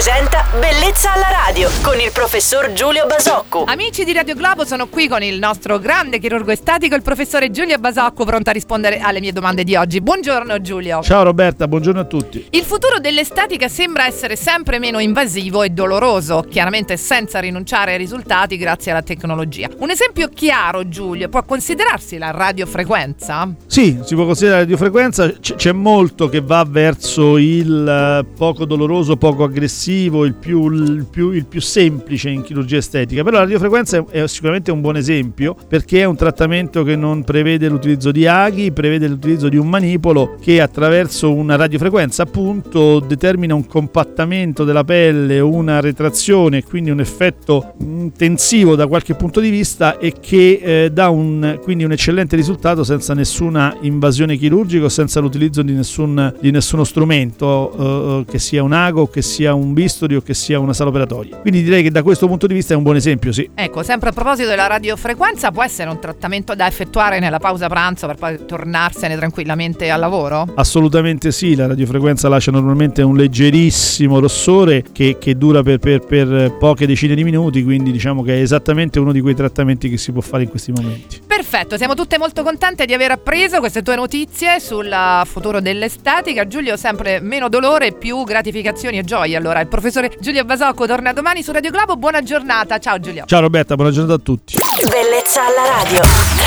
presenta Bellezza alla radio con il professor Giulio Basocco. Amici di Radio Globo, sono qui con il nostro grande chirurgo estetico, il professore Giulio Basocco, pronto a rispondere alle mie domande di oggi. Buongiorno Giulio. Ciao Roberta, buongiorno a tutti. Il futuro dell'estetica sembra essere sempre meno invasivo e doloroso, chiaramente senza rinunciare ai risultati grazie alla tecnologia. Un esempio chiaro, Giulio, può considerarsi la radiofrequenza? Sì, si può considerare la radiofrequenza. C'è molto che va verso il poco doloroso, poco aggressivo, il più semplice in chirurgia estetica, però la radiofrequenza è sicuramente un buon esempio, perché è un trattamento che non prevede l'utilizzo di aghi, prevede l'utilizzo di un manipolo che attraverso una radiofrequenza appunto determina un compattamento della pelle, una retrazione e quindi un effetto intensivo da qualche punto di vista, e che dà quindi un eccellente risultato senza nessuna invasione chirurgica o senza l'utilizzo di nessuno strumento, che sia un ago, che sia un bisturi o che sia una sala operatoria. Quindi direi che da questo punto di vista è un buon esempio, sì. Ecco, sempre a proposito della radiofrequenza, può essere un trattamento da effettuare nella pausa pranzo per poi tornarsene tranquillamente al lavoro? Assolutamente sì, la radiofrequenza lascia normalmente un leggerissimo rossore che dura per poche decine di minuti, quindi diciamo che è esattamente uno di quei trattamenti che si può fare in questi momenti. Perfetto, siamo tutte molto contente di aver appreso queste tue notizie sul futuro dell'estetica. Giulio, sempre meno dolore, più gratificazioni e gioia. Allora, il professore Giulio Basocco torna domani su Radio Globo. Buona giornata, ciao Giulio. Ciao Roberta, buona giornata a tutti. Bellezza alla radio.